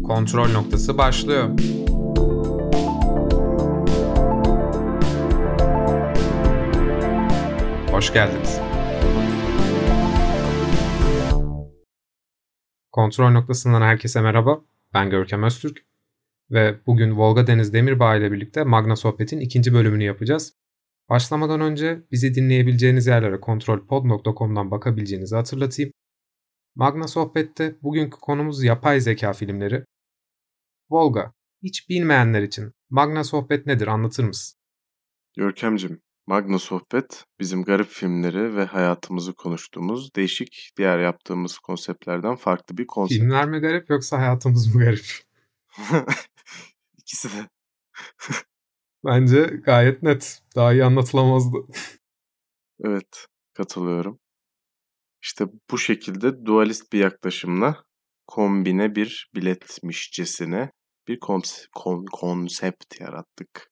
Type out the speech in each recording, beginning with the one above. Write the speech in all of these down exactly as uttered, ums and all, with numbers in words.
Kontrol noktası başlıyor. Hoş geldiniz. Kontrol noktasından herkese merhaba. Ben Görkem Öztürk ve bugün Volga Deniz Demirbağ ile birlikte Magna Sohbet'in ikinci bölümünü yapacağız. Başlamadan önce bizi dinleyebileceğiniz yerlere kontrolpod nokta com'dan bakabileceğinizi hatırlatayım. Magna Sohbet'te bugünkü konumuz yapay zeka filmleri. Volga, hiç bilmeyenler için Magna Sohbet nedir, anlatır mısın? Görkemcim, Magna Sohbet bizim garip filmleri ve hayatımızı konuştuğumuz değişik diğer yaptığımız konseptlerden farklı bir konsept. Filmler mi garip yoksa hayatımız mı garip? İkisi de. Bence gayet net. Daha iyi anlatılamazdı. Evet, katılıyorum. İşte bu şekilde dualist bir yaklaşımla kombine bir biletmişçesine bir konse- kon- konsept yarattık.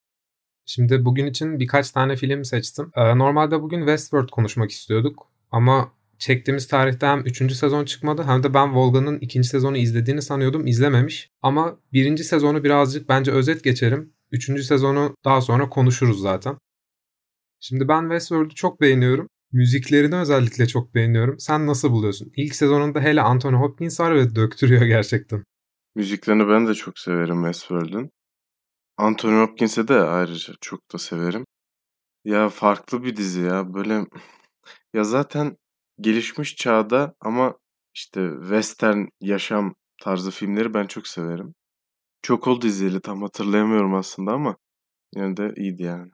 Şimdi bugün için birkaç tane film seçtim. Ee, normalde bugün Westworld konuşmak istiyorduk. Ama çektiğimiz tarihte hem üçüncü sezon çıkmadı hem de ben Volga'nın ikinci sezonu izlediğini sanıyordum. İzlememiş. Ama birinci sezonu birazcık bence özet geçelim. Üçüncü sezonu daha sonra konuşuruz zaten. Şimdi ben Westworld'u çok beğeniyorum. Müziklerini özellikle çok beğeniyorum. Sen nasıl buluyorsun? İlk sezonunda hele Anthony Hopkins var ve döktürüyor gerçekten. Müziklerini ben de çok severim Westworld'un. Anthony Hopkins'i de ayrıca çok da severim. Ya farklı bir dizi ya. Böyle ya zaten gelişmiş çağda ama işte western yaşam tarzı filmleri ben çok severim. Çok oldu izleyeli tam hatırlayamıyorum aslında ama yine de iyiydi yani.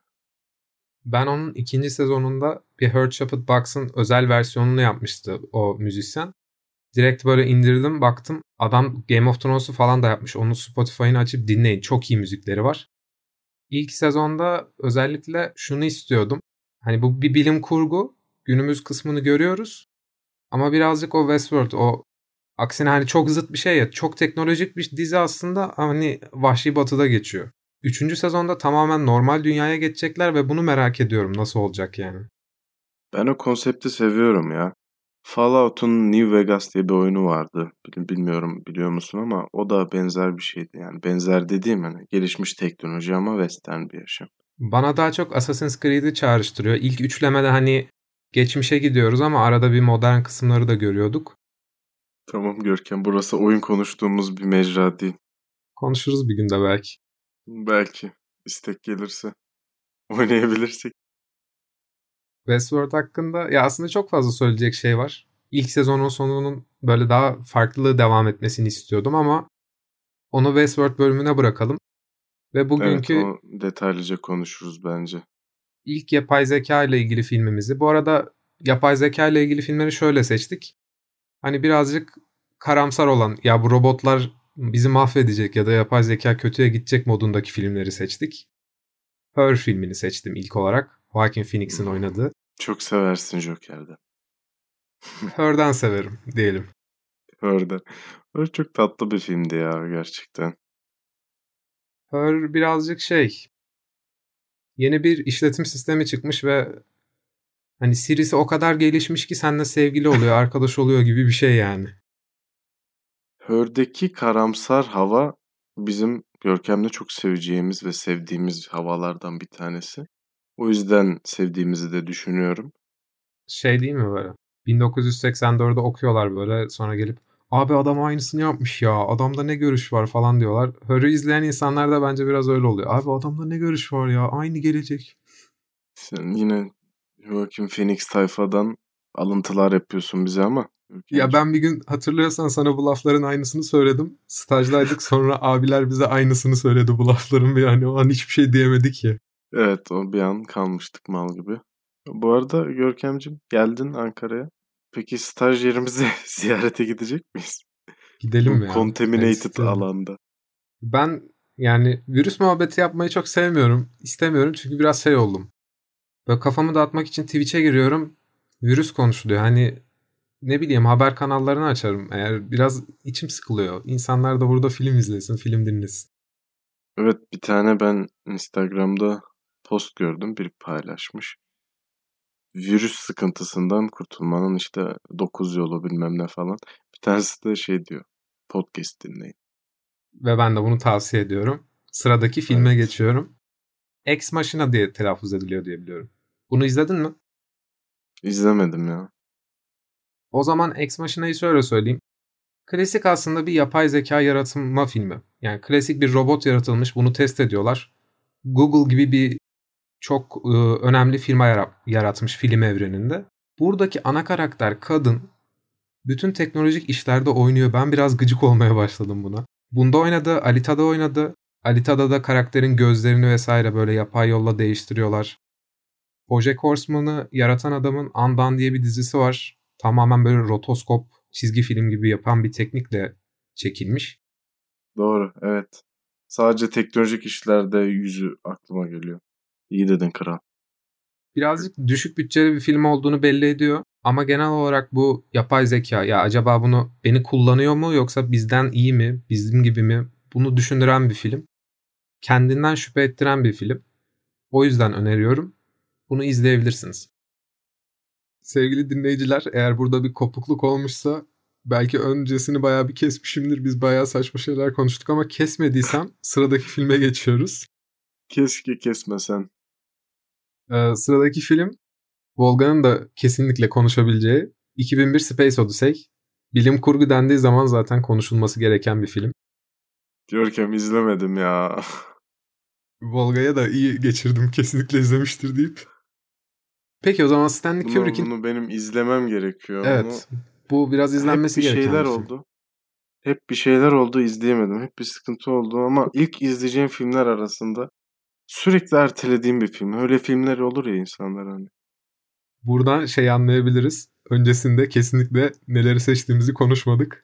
Ben onun ikinci sezonunda bir Hurt Shepard Box'ın özel versiyonunu yapmıştı o müzisyen. Direkt böyle indirdim, baktım. Adam Game of Thrones'u falan da yapmış. Onun Spotify'ını açıp dinleyin. Çok iyi müzikleri var. İlk sezonda özellikle şunu istiyordum. Hani bu bir bilim kurgu. Günümüz kısmını görüyoruz. Ama birazcık o Westworld, o aksine hani çok zıt bir şey ya. Çok teknolojik bir dizi aslında, hani Vahşi Batı'da geçiyor. Üçüncü sezonda tamamen normal dünyaya geçecekler ve bunu merak ediyorum, nasıl olacak yani. Ben o konsepti seviyorum ya. Fallout'un New Vegas diye bir oyunu vardı. Bilmiyorum biliyor musun ama o da benzer bir şeydi. Yani benzer dediğim hani gelişmiş teknoloji ama western bir yaşam. Bana daha çok Assassin's Creed'i çağrıştırıyor. İlk üçlemede hani geçmişe gidiyoruz ama arada bir modern kısımları da görüyorduk. Tamam Görkem, burası oyun konuştuğumuz bir mecra değil. Konuşuruz bir günde belki. Belki istek gelirse oynayabilirsek. Westworld hakkında ya aslında çok fazla söyleyecek şey var. İlk sezonun sonunun böyle daha farklı devam etmesini istiyordum ama onu Westworld bölümüne bırakalım. Ve bugünkü Evet, o detaylıca konuşuruz bence. ilk yapay zeka ile ilgili filmimizi. Bu arada yapay zeka ile ilgili filmleri şöyle seçtik. Hani birazcık karamsar olan, ya bu robotlar bizi mahvedecek ya da yapay zeka kötüye gidecek modundaki filmleri seçtik. Her filmini seçtim ilk olarak. Joaquin Phoenix'in oynadığı. Çok seversin Joker'de. Her'den severim diyelim. Her'de. Her çok tatlı bir filmdi ya gerçekten. Her birazcık şey, yeni bir işletim sistemi çıkmış ve hani Siri'si o kadar gelişmiş ki seninle sevgili oluyor, arkadaş oluyor gibi bir şey yani. Her'deki karamsar hava bizim Görkem'le çok seveceğimiz ve sevdiğimiz havalardan bir tanesi. O yüzden sevdiğimizi de düşünüyorum. Şey değil mi böyle? bin dokuz yüz seksen dörtte okuyorlar böyle, sonra gelip abi adam aynısını yapmış ya, adamda ne görüş var falan diyorlar. Her'ü izleyen insanlar da bence biraz öyle oluyor. Abi adamda ne görüş var ya, aynı gelecek. Sen yine Joaquin Phoenix tayfadan alıntılar yapıyorsun bize ama. Ya ben bir gün hatırlıyorsan sana bu lafların aynısını söyledim. Stajdaydık, sonra abiler bize aynısını söyledi bu lafların ve yani o an hiçbir şey diyemedik ya. Evet, o bir an kalmıştık mal gibi. Bu arada Görkemciğim geldin Ankara'ya. Peki staj yerimizi ziyarete gidecek miyiz? Gidelim Bu ya. contaminated Ben alanda. Ben yani virüs muhabbeti yapmayı çok sevmiyorum. İstemiyorum çünkü biraz şey oldum. Böyle kafamı dağıtmak için Twitch'e giriyorum. Virüs konuşuluyor. Hani ne bileyim, haber kanallarını açarım. Eğer biraz içim sıkılıyor. İnsanlar da burada film izlesin, film dinlesin. Evet, bir tane ben Instagram'da post gördüm. Biri paylaşmış. Virüs sıkıntısından kurtulmanın işte dokuz yolu bilmem ne falan. Bir tanesi de şey diyor. Podcast dinleyin. Ve ben de bunu tavsiye ediyorum. Sıradaki filme Evet. geçiyorum. Ex Machina diye telaffuz ediliyor diye biliyorum. Bunu izledin mi? İzlemedim ya. O zaman Ex Machina'yı şöyle söyleyeyim. Klasik aslında bir yapay zeka yaratma filmi. Yani klasik bir robot yaratılmış, bunu test ediyorlar. Google gibi bir çok e, önemli firma yara- yaratmış film evreninde. Buradaki ana karakter kadın bütün teknolojik işlerde oynuyor. Ben biraz gıcık olmaya başladım buna. Bunda oynadı, Alita'da oynadı. Alita'da da karakterin gözlerini vesaire böyle yapay yolla değiştiriyorlar. BoJack Horseman'ı yaratan adamın Undawn diye bir dizisi var. Tamamen böyle rotoskop çizgi film gibi yapan bir teknikle çekilmiş. Doğru, evet. Sadece teknolojik işlerde yüzü aklıma geliyor. İyi dedin kral. Birazcık düşük bütçeli bir film olduğunu belli ediyor. Ama genel olarak bu yapay zeka ya acaba bunu beni kullanıyor mu yoksa bizden iyi mi, bizim gibi mi? Bunu düşündüren bir film. Kendinden şüphe ettiren bir film. O yüzden öneriyorum. Bunu izleyebilirsiniz. Sevgili dinleyiciler, eğer burada bir kopukluk olmuşsa belki öncesini bayağı bir kesmişimdir. Biz bayağı saçma şeyler konuştuk ama kesmediysem sıradaki filme geçiyoruz. Keşke kesmesen. Ee, sıradaki film Volkan'ın da kesinlikle konuşabileceği iki bin bir Space Odyssey. Bilim kurgu dendiği zaman zaten konuşulması gereken bir film. Görkem izlemedim ya. Volga'ya da iyi geçirdim kesinlikle izlemiştir deyip. Peki o zaman Stanley Bunu Kubrick'in... bunu benim izlemem gerekiyor ama Evet, bu biraz hep izlenmesi bir gereken şeyler bir film. oldu. Hep bir şeyler oldu izleyemedim. Hep bir sıkıntı oldu ama ilk izleyeceğim filmler arasında sürekli ertelediğim bir film. Öyle filmler olur ya insanlar hani. Buradan şey anlayabiliriz. Öncesinde kesinlikle neleri seçtiğimizi konuşmadık.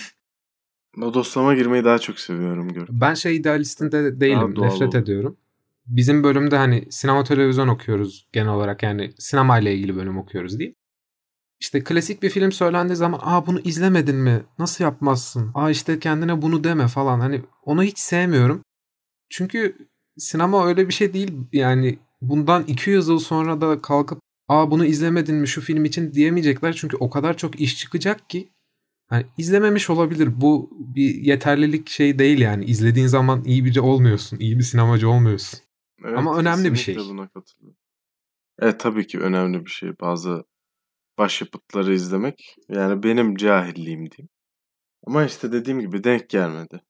Bodoslama girmeyi daha çok seviyorum Görkem. Ben şey idealistinde değilim. Daha doğal Nefret oluyor. ediyorum. Bizim bölümde hani sinema televizyon okuyoruz genel olarak. Yani sinema ile ilgili bölüm okuyoruz değil. İşte klasik bir film söylendiği zaman aa bunu izlemedin mi? Nasıl yapmazsın? Aa işte kendine bunu deme falan. Hani onu hiç sevmiyorum. Çünkü sinema öyle bir şey değil. Yani bundan iki yüz yıl sonra da kalkıp aa bunu izlemedin mi şu film için diyemeyecekler. Çünkü o kadar çok iş çıkacak ki. Hani izlememiş olabilir. Bu bir yeterlilik şey değil yani. İzlediğin zaman iyi biri olmuyorsun. İyi bir sinemacı olmuyorsun. Evet, Ama önemli bir kesinlikle şey. buna katılıyorum. Evet, tabii ki önemli bir şey. Bazı başyapıtları izlemek. Yani benim cahilliğim diyeyim. Ama işte dediğim gibi denk gelmedi.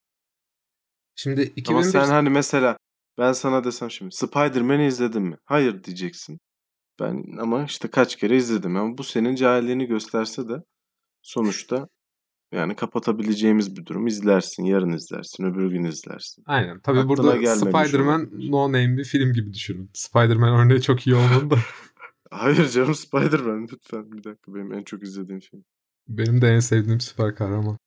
Şimdi Ama sen iki bin bir hani mesela ben sana desem şimdi Spider-Man'i izledin mi? Hayır diyeceksin. Ben ama işte kaç kere izledim. Ama bu senin cahilliğini gösterse de sonuçta yani kapatabileceğimiz bir durum. İzlersin, yarın izlersin, öbür gün izlersin. aynen. Tabii Aklına burada gelmemiş Spider-Man olabilir. no name bir film gibi düşünün. Spider-Man örneği çok iyi olmadı da. Hayır canım, Spider-Man lütfen. Bir dakika, benim en çok izlediğim film. Benim de en sevdiğim süper kahraman.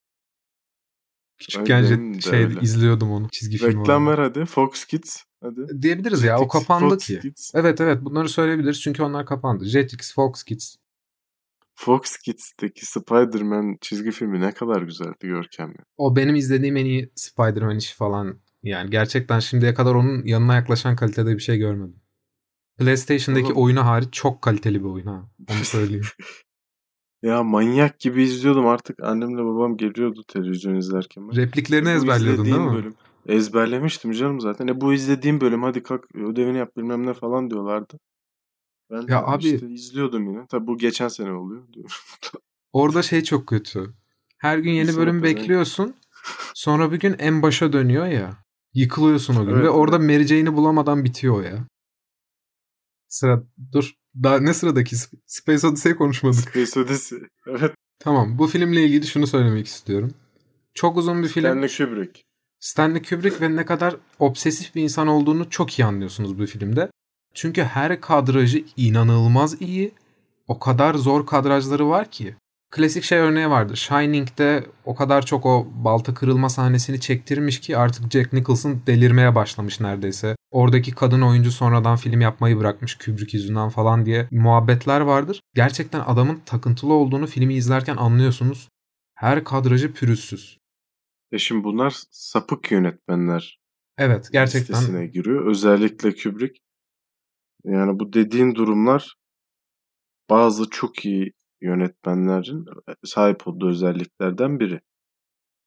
Ay, Küçükken jet- benim de şey öyle. izliyordum onu çizgi film Reklam olarak. ver hadi. Fox Kids. Hadi. Diyebiliriz ya o Jetix, kapandı Fox ki. Kids. Evet evet bunları söyleyebiliriz çünkü onlar kapandı. Jetix, Fox Kids. Fox Kids'teki Spider-Man çizgi filmi ne kadar güzeldi Görkem ya. O benim izlediğim en iyi Spider-Man işi falan. Yani gerçekten şimdiye kadar onun yanına yaklaşan kalitede bir şey görmedim. PlayStation'daki Oğlum. oyunu hariç çok kaliteli bir oyun ha. Onu söyleyeyim. Ya manyak gibi izliyordum, artık annemle babam geliyordu televizyon izlerken ben. Repliklerini E bu ezberliyordun değil izlediğin mi? bölüm. Ezberlemiştim canım zaten. E bu izlediğim bölüm, hadi kalk ödevini yap bilmem ne falan diyorlardı. Ben Ya de abi işte izliyordum yine. Tabi bu geçen sene oluyor diyor. orada şey çok kötü. Her gün Bu yeni sene bölüm pezevenk. bekliyorsun. Sonra bir gün en başa dönüyor ya. Yıkılıyorsun o gün ve Evet, orada evet. Mary Jane'i bulamadan bitiyor o ya. Sıra dur. Daha ne sıradaki? Space Odyssey konuşmadık. Space Odyssey. Evet. Tamam, bu filmle ilgili şunu söylemek istiyorum. Çok uzun bir film. Stanley Kubrick. Stanley Kubrick ve ne kadar obsesif bir insan olduğunu çok iyi anlıyorsunuz bu filmde. Çünkü her kadrajı inanılmaz iyi. O kadar zor kadrajları var ki. Klasik şey örneği vardı. Shining'de o kadar çok o balta kırılma sahnesini çektirmiş ki artık Jack Nicholson delirmeye başlamış neredeyse. Oradaki kadın oyuncu sonradan film yapmayı bırakmış Kubrick yüzünden falan diye muhabbetler vardır. Gerçekten adamın takıntılı olduğunu filmi izlerken anlıyorsunuz. Her kadrajı pürüzsüz. E şimdi bunlar sapık yönetmenler Evet, gerçekten listesine giriyor. Özellikle Kubrick. Yani bu dediğin durumlar bazı çok iyi yönetmenlerin sahip olduğu özelliklerden biri.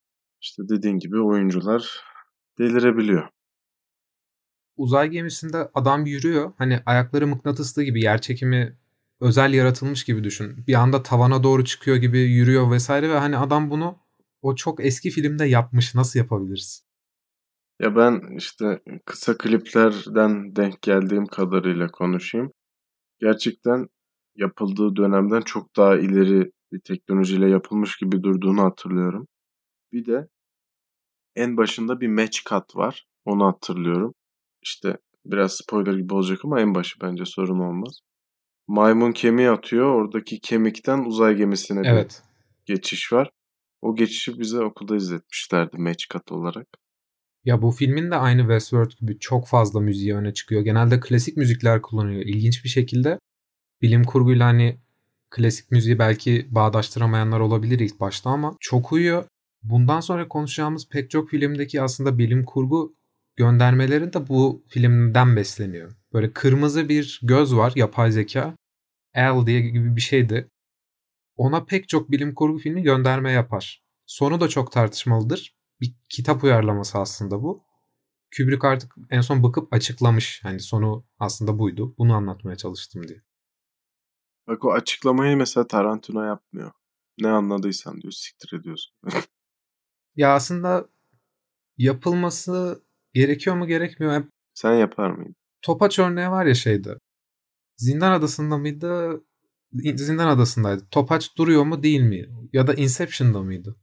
işte dediğin gibi oyuncular delirebiliyor. Uzay gemisinde adam yürüyor. Hani ayakları mıknatıslı gibi, yer çekimi özel yaratılmış gibi düşün. Bir anda tavana doğru çıkıyor gibi yürüyor vesaire ve hani adam bunu o çok eski filmde yapmış. Nasıl yapabiliriz? Ya ben işte kısa kliplerden denk geldiğim kadarıyla konuşayım. Gerçekten yapıldığı dönemden çok daha ileri bir teknolojiyle yapılmış gibi durduğunu hatırlıyorum. Bir de en başında bir match cut var. Onu hatırlıyorum. İşte biraz spoiler gibi olacak ama en başı bence sorun olmaz. Maymun kemiği atıyor. Oradaki kemikten uzay gemisine bir Evet. geçiş var. O geçişi bize okulda izletmişlerdi match cut olarak. Ya bu filmin de aynı Westworld gibi çok fazla müziği öne çıkıyor. Genelde klasik müzikler kullanıyor. İlginç bir şekilde bilim kurguyla hani klasik müziği belki bağdaştıramayanlar olabilir ilk başta ama çok uyuyor. Bundan sonra konuşacağımız pek çok filmdeki aslında bilim kurgu göndermeleri de bu filmden besleniyor. Böyle kırmızı bir göz var, yapay zeka. L diye gibi bir şeydi. Ona pek çok bilim kurgu filmi gönderme yapar. Sonu da çok tartışmalıdır. Bir kitap uyarlaması aslında bu. Kubrick artık en son bakıp açıklamış. Hani sonu aslında buydu. Bunu anlatmaya çalıştım diye. Bak o açıklamayı mesela Tarantino yapmıyor. Ne anladıysan diyor, siktir ediyorsun. Ya aslında yapılması gerekiyor mu gerekmiyor mu? Sen yapar mıydın? Topaç örneği var ya şeyde. Zindan Adası'nda mıydı? Zindan Adası'ndaydı. Topaç duruyor mu değil mi? Ya da Inception'da mıydı?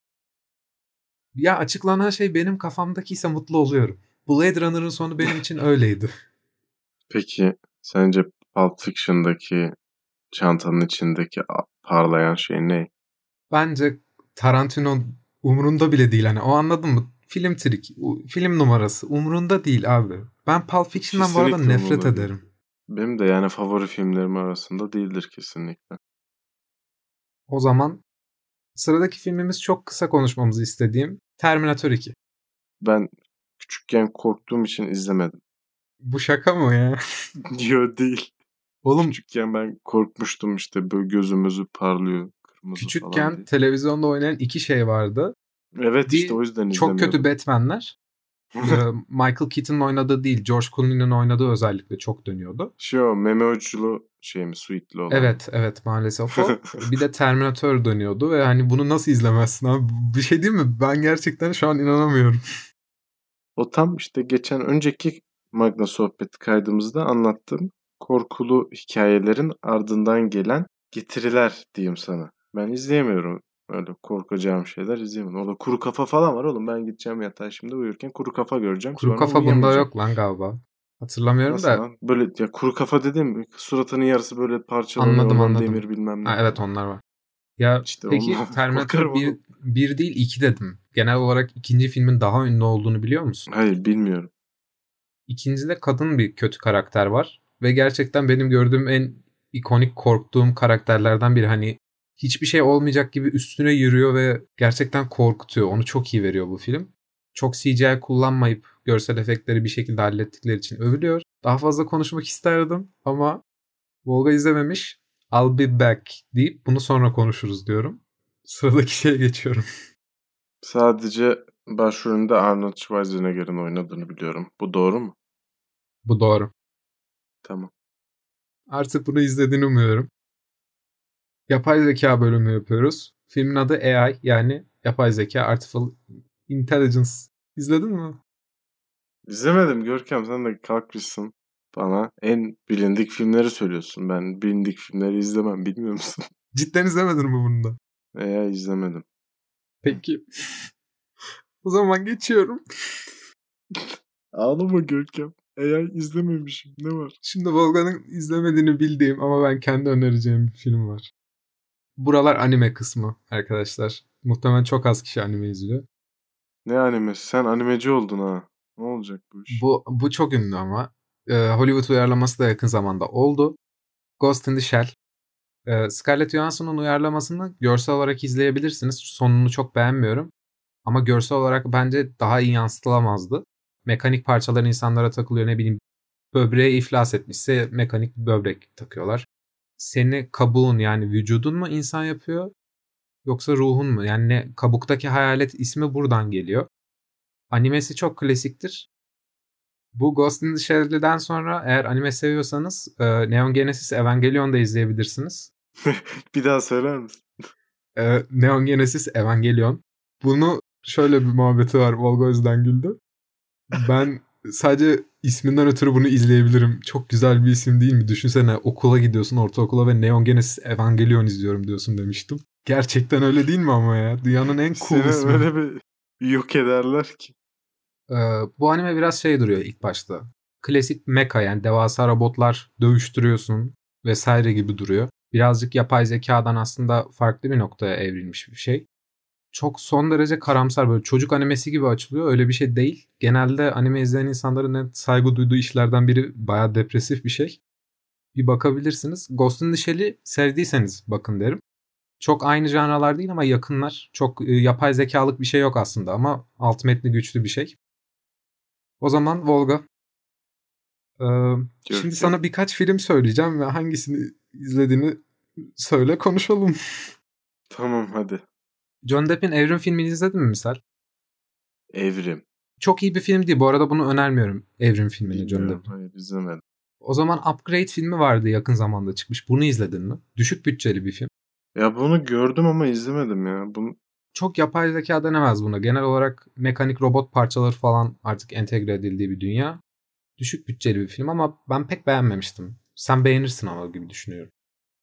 Ya açıklanan şey benim kafamdakiyse mutlu oluyorum. Blade Runner'ın sonu benim için öyleydi. Peki sence Pulp Fiction'daki çantanın içindeki parlayan şey ne? Bence Tarantino umurunda bile değil. Hani o, anladın mı? Film trik, film numarası umurunda değil abi. Ben Pulp Fiction'dan bu arada Kesinlikle nefret umurumda değil. ederim. Benim de yani favori filmlerim arasında değildir kesinlikle. O zaman sıradaki filmimiz çok kısa konuşmamızı istediğim Terminator iki. Ben küçükken korktuğum için izlemedim. Bu şaka mı ya? Yo değil. Oğlum Küçükken ben korkmuştum işte böyle gözümüzü parlıyor kırmızı falan küçükken diye. televizyonda oynayan iki şey vardı. Evet işte Bir o yüzden çok kötü izlemiyordum. Batman'ler. Michael Keaton'ın oynadığı değil, George Clooney'nin oynadığı özellikle çok dönüyordu. Şey o meme uçlu şey mi suitli olan. Evet, evet maalesef o. Bir de Terminator dönüyordu ve hani bunu nasıl izlemezsin abi? Bir şey değil mi? Ben gerçekten şu an inanamıyorum. O tam işte geçen önceki Magna sohbeti kaydımızda anlattığım korkulu hikayelerin ardından gelen getiriler diyeyim sana. Ben izleyemiyorum öyle korkacağım şeyler izleyemiyorum. Orada kuru kafa falan var oğlum. Ben gideceğim yatağa şimdi uyurken kuru kafa göreceğim. Kuru Sonra kafa bunda uyuyamayacağım. yok lan galiba. Hatırlamıyorum Nasıl da lan? Böyle ya kuru kafa dediğim suratının yarısı böyle parçalanıyor. anladım Oradan anladım. demir bilmem ne Ha, evet falan. onlar var. Ya İşte peki ondan Terminator korkarım bir, oğlum. bir değil iki dedim. Genel olarak ikinci filmin daha ünlü olduğunu biliyor musun? Hayır bilmiyorum. İkincide kadın bir kötü karakter var. Ve gerçekten benim gördüğüm en ikonik korktuğum karakterlerden biri. Hani hiçbir şey olmayacak gibi üstüne yürüyor ve gerçekten korkutuyor. Onu çok iyi veriyor bu film. Çok C G I kullanmayıp görsel efektleri bir şekilde hallettikleri için övülüyor. Daha fazla konuşmak isterdim ama Volga izlememiş. I'll be back deyip bunu sonra konuşuruz diyorum. Sıradaki şeye geçiyorum. Sadece başrolünde Arnold Schwarzenegger'in oynadığını biliyorum. Bu doğru mu? Bu doğru. Tamam. Artık bunu izlediğini umuyorum. Yapay zeka bölümü yapıyoruz. Filmin adı A I, yani yapay zeka, Artificial Intelligence. İzledin mi? İzlemedim Görkem, sen de kalkmışsın bana en bilindik filmleri söylüyorsun. Ben bilindik filmleri izlemem, bilmiyor musun? Cidden izlemedin mi bunu da? Veya izlemedim. Peki. O zaman geçiyorum. Ağlama Görkem. Eğer izlememişim ne var? Şimdi Volkan'ın izlemediğini bildiğim ama ben kendi önereceğim bir film var. Buralar anime kısmı arkadaşlar. Muhtemelen çok az kişi anime izliyor. Ne animesi? Sen animeci oldun ha. Ne olacak bu iş? Bu, bu çok ünlü ama. Ee, Hollywood uyarlaması da yakın zamanda oldu. Ghost in the Shell. Ee, Scarlett Johansson'un uyarlamasını görsel olarak izleyebilirsiniz. Sonunu çok beğenmiyorum. Ama görsel olarak bence daha iyi yansıtılamazdı. Mekanik parçalar insanlara takılıyor. Ne bileyim, böbreği iflas etmişse mekanik bir böbrek takıyorlar. Seni kabuğun, yani vücudun mu insan yapıyor? yoksa ruhun mu? Yani ne, kabuktaki hayalet ismi buradan geliyor. Animesi çok klasiktir. Bu Ghost in the Shell'den sonra eğer anime seviyorsanız e, Neon Genesis Evangelion'da izleyebilirsiniz. Bir daha söyler misin? E, Neon Genesis Evangelion. Bunu şöyle bir muhabbeti var. Volga o yüzden güldü. Ben sadece isminden ötürü bunu izleyebilirim. Çok güzel bir isim değil mi? Düşünsene okula gidiyorsun, ortaokula ve Neon Genesis Evangelion izliyorum diyorsun demiştim. Gerçekten öyle değil mi ama ya? Dünyanın en cool Seni ismi. öyle bir yok ederler ki. Ee, bu anime biraz şey duruyor ilk başta. Klasik mecha, yani devasa robotlar dövüştürüyorsun vesaire gibi duruyor. Birazcık yapay zekadan aslında farklı bir noktaya evrilmiş bir şey. Çok son derece karamsar, böyle çocuk animesi gibi açılıyor. Öyle bir şey değil. Genelde anime izleyen insanların en saygı duyduğu işlerden biri, bayağı depresif bir şey. Bir bakabilirsiniz. Ghost in the Shell'i sevdiyseniz bakın derim. Çok aynı janralar değil ama yakınlar. Çok e, yapay zekalık bir şey yok aslında ama alt metni güçlü bir şey. O zaman Volga, e, şimdi Görkem. sana birkaç film söyleyeceğim ve hangisini izlediğini söyle, konuşalım. Tamam hadi. John Depp'in Evrim filmini izledin mi misal? Evrim. Çok iyi bir film değil. Bu arada bunu önermiyorum. Evrim filmini John Bilmiyorum. Depp'in. Hayır izlemedim. O zaman Upgrade filmi vardı, yakın zamanda çıkmış. Bunu izledin mi? Düşük bütçeli bir film. Ya bunu gördüm ama izlemedim ya. Bunu Çok yapay zeka denemez buna. Genel olarak mekanik robot parçaları falan artık entegre edildiği bir dünya. Düşük bütçeli bir film ama ben pek beğenmemiştim. Sen beğenirsin ama gibi düşünüyorum.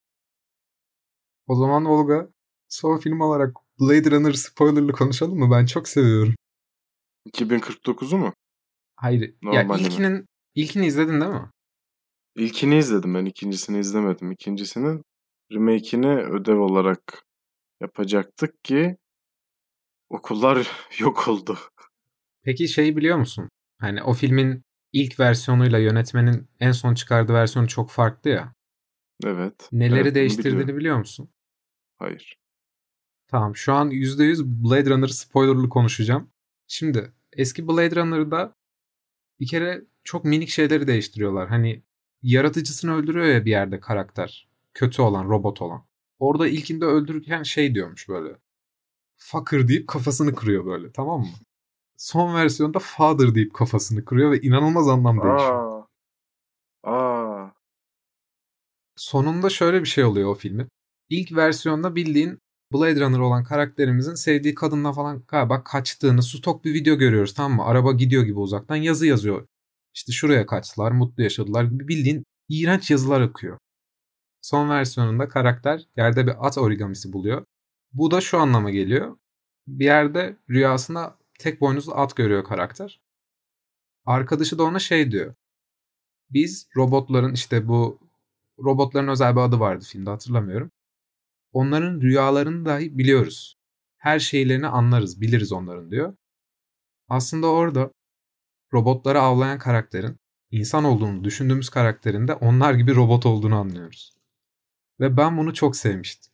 O zaman Olga, son film olarak Blade Runner spoilerlı konuşalım mı? Ben çok seviyorum. iki bin kırk dokuzu mu? Hayır. Ya Normal mi? ilkinin ilkini izledin değil mi? İlkini izledim ben. İkincisini izlemedim. İkincisinin remake'ini ödev olarak yapacaktık ki okullar yok oldu. Peki şeyi biliyor musun? Hani o filmin ilk versiyonuyla yönetmenin en son çıkardığı versiyonu çok farklı ya. Evet. Neleri Evet bunu değiştirdiğini biliyorum. biliyor musun? Hayır. Tamam, şu an yüzde yüz Blade Runner spoilerlı konuşacağım. Şimdi eski Blade Runner'da bir kere çok minik şeyleri değiştiriyorlar. Hani yaratıcısını öldürüyor ya bir yerde karakter. Kötü olan, robot olan. Orada ilkinde öldürürken şey diyormuş böyle. Fucker deyip kafasını kırıyor böyle, tamam mı? Son versiyonda father deyip kafasını kırıyor ve inanılmaz anlam değişiyor. Aa. Aa. Sonunda şöyle bir şey oluyor o filmin. İlk versiyonda bildiğin Blade Runner olan karakterimizin sevdiği kadınla falan galiba kaçtığını, stok bir video görüyoruz, tamam mı? Araba gidiyor gibi uzaktan yazı yazıyor. İşte şuraya kaçtılar, mutlu yaşadılar gibi bildiğin iğrenç yazılar akıyor. Son versiyonunda karakter yerde bir at origamisi buluyor. Bu da şu anlama geliyor. Bir yerde rüyasında tek boynuzlu at görüyor karakter. Arkadaşı da ona şey diyor. Biz robotların, işte bu robotların özel bir adı vardı filmde, hatırlamıyorum. Onların rüyalarını dahi biliyoruz. Her şeylerini anlarız, biliriz onların diyor. Aslında orada robotları avlayan karakterin insan olduğunu düşündüğümüz karakterin de onlar gibi robot olduğunu anlıyoruz. Ve ben bunu çok sevmiştim.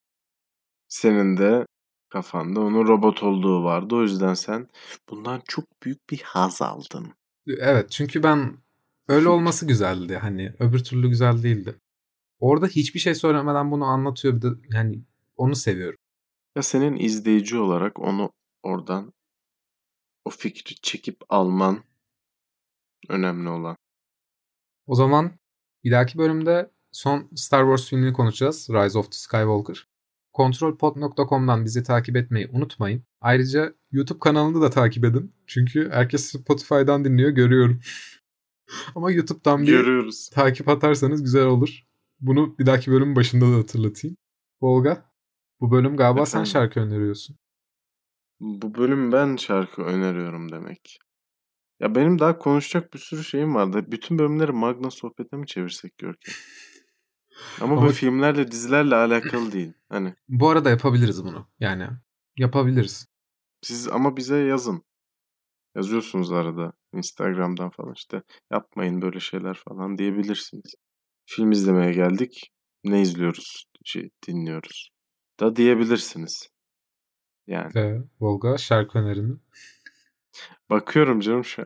Senin de kafanda onun robot olduğu vardı. O yüzden sen bundan çok büyük bir haz aldın. Evet, çünkü ben öyle olması güzeldi. Hani öbür türlü güzel değildi. Orada hiçbir şey söylemeden bunu anlatıyor. Bir de yani onu seviyorum. Ya senin izleyici olarak onu oradan o fikri çekip alman önemli olan. O zaman bir dahaki bölümde son Star Wars filmini konuşacağız. Rise of the Skywalker. kontrolpod nokta com'dan bizi takip etmeyi unutmayın. Ayrıca YouTube kanalını da takip edin. Çünkü herkes Spotify'dan dinliyor, görüyorum. Ama YouTube'dan bir Görüyoruz. takip atarsanız güzel olur. Bunu bir dahaki bölümün başında da hatırlatayım. Volga, bu bölüm galiba sen Efendim, şarkı öneriyorsun. bu bölüm ben şarkı öneriyorum demek. Ya benim daha konuşacak bir sürü şeyim vardı. Bütün bölümleri Magna sohbete mi çevirsek Görkem? Ama bu Ama filmlerle, dizilerle alakalı değil. Hani bu arada yapabiliriz bunu. Yani yapabiliriz. siz ama bize yazın. Yazıyorsunuz arada Instagram'dan falan işte yapmayın böyle şeyler falan diyebilirsiniz. Film izlemeye geldik. Ne izliyoruz? Şey, dinliyoruz. Da diyebilirsiniz. Yani. Ve Volga, şarkı önerini. Bakıyorum canım şu an.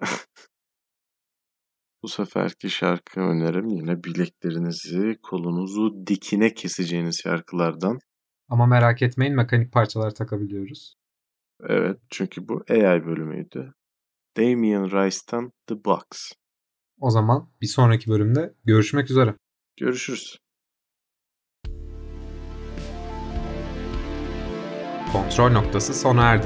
Bu seferki şarkı önerim yine bileklerinizi, kolunuzu dikine keseceğiniz şarkılardan. Ama merak etmeyin, mekanik parçalar takabiliyoruz. Evet, çünkü bu A I bölümüydü. Damien Rice'tan The Box. O zaman bir sonraki bölümde görüşmek üzere. Görüşürüz. Kontrol noktası sona erdi.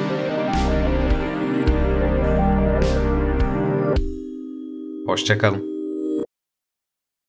Hoşça kalın.